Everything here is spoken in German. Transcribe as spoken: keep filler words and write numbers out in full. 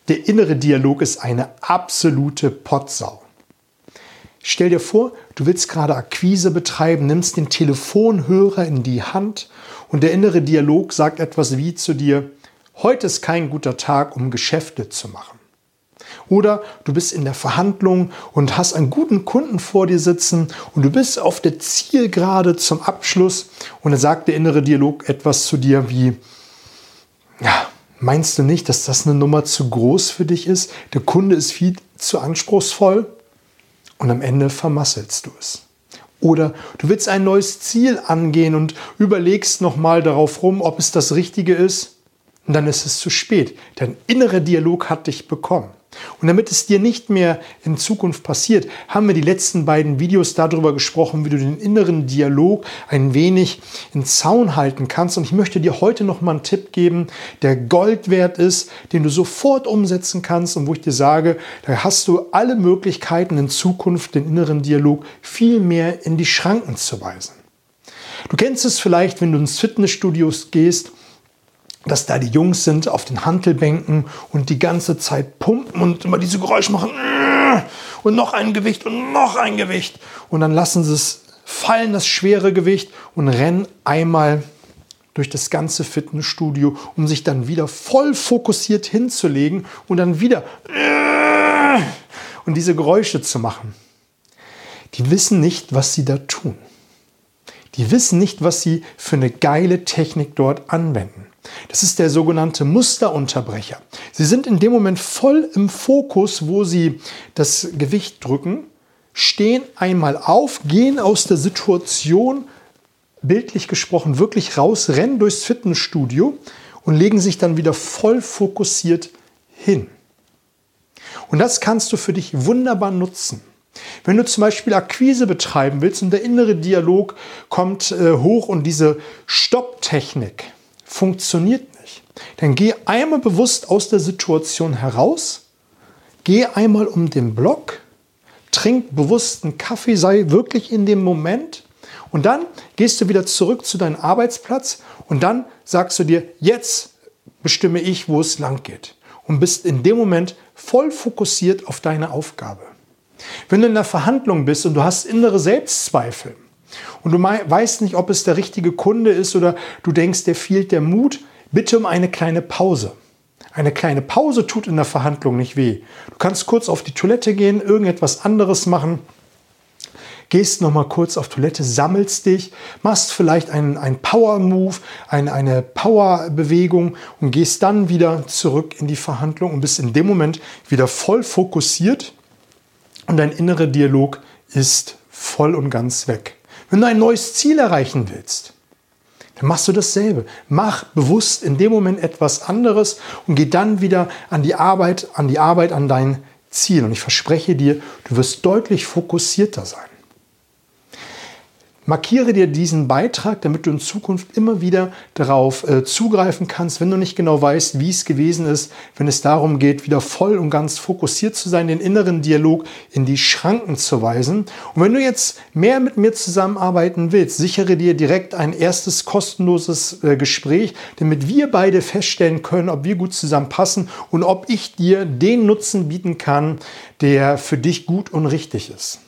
Der innere Dialog ist eine absolute Potsau. Stell dir vor, du willst gerade Akquise betreiben, nimmst den Telefonhörer in die Hand und der innere Dialog sagt etwas wie zu dir: Heute ist kein guter Tag, um Geschäfte zu machen. Oder du bist in der Verhandlung und hast einen guten Kunden vor dir sitzen und du bist auf der Zielgerade zum Abschluss und dann sagt der innere Dialog etwas zu dir wie: Ja, meinst du nicht, dass das eine Nummer zu groß für dich ist? Der Kunde ist viel zu anspruchsvoll. Und am Ende vermasselst du es. Oder du willst ein neues Ziel angehen und überlegst nochmal darauf rum, ob es das Richtige ist. Und dann ist es zu spät. Dein innerer Dialog hat dich bekommen. Und damit es dir nicht mehr in Zukunft passiert, haben wir die letzten beiden Videos darüber gesprochen, wie du den inneren Dialog ein wenig in Zaun halten kannst. Und ich möchte dir heute noch mal einen Tipp geben, der Gold wert ist, den du sofort umsetzen kannst und wo ich dir sage, da hast du alle Möglichkeiten in Zukunft, den inneren Dialog viel mehr in die Schranken zu weisen. Du kennst es vielleicht, wenn du ins Fitnessstudio gehst, dass da die Jungs sind auf den Hantelbänken und die ganze Zeit pumpen und immer diese Geräusche machen und noch ein Gewicht und noch ein Gewicht. Und dann lassen sie es fallen, das schwere Gewicht, und rennen einmal durch das ganze Fitnessstudio, um sich dann wieder voll fokussiert hinzulegen und dann wieder und diese Geräusche zu machen. Die wissen nicht, was sie da tun. Die wissen nicht, was sie für eine geile Technik dort anwenden. Das ist der sogenannte Musterunterbrecher. Sie sind in dem Moment voll im Fokus, wo sie das Gewicht drücken, stehen einmal auf, gehen aus der Situation, bildlich gesprochen, wirklich raus, rennen durchs Fitnessstudio und legen sich dann wieder voll fokussiert hin. Und das kannst du für dich wunderbar nutzen. Wenn du zum Beispiel Akquise betreiben willst und der innere Dialog kommt äh, hoch und diese Stopptechnik funktioniert nicht, dann geh einmal bewusst aus der Situation heraus, geh einmal um den Block, trink bewusst einen Kaffee, sei wirklich in dem Moment und dann gehst du wieder zurück zu deinem Arbeitsplatz und dann sagst du dir: Jetzt bestimme ich, wo es lang geht, und bist in dem Moment voll fokussiert auf deine Aufgabe. Wenn du in der Verhandlung bist und du hast innere Selbstzweifel und du weißt nicht, ob es der richtige Kunde ist oder du denkst, dir fehlt der Mut, bitte um eine kleine Pause. Eine kleine Pause tut in der Verhandlung nicht weh. Du kannst kurz auf die Toilette gehen, irgendetwas anderes machen, gehst nochmal kurz auf Toilette, sammelst dich, machst vielleicht einen, einen Power-Move, eine, eine Power-Bewegung und gehst dann wieder zurück in die Verhandlung und bist in dem Moment wieder voll fokussiert und dein innerer Dialog ist voll und ganz weg. Wenn du ein neues Ziel erreichen willst, dann machst du dasselbe. Mach bewusst in dem Moment etwas anderes und geh dann wieder an die Arbeit, an die Arbeit, an dein Ziel. Und ich verspreche dir, du wirst deutlich fokussierter sein. Markiere dir diesen Beitrag, damit du in Zukunft immer wieder darauf äh, zugreifen kannst, wenn du nicht genau weißt, wie es gewesen ist, wenn es darum geht, wieder voll und ganz fokussiert zu sein, den inneren Dialog in die Schranken zu weisen. Und wenn du jetzt mehr mit mir zusammenarbeiten willst, sichere dir direkt ein erstes kostenloses äh, Gespräch, damit wir beide feststellen können, ob wir gut zusammenpassen und ob ich dir den Nutzen bieten kann, der für dich gut und richtig ist.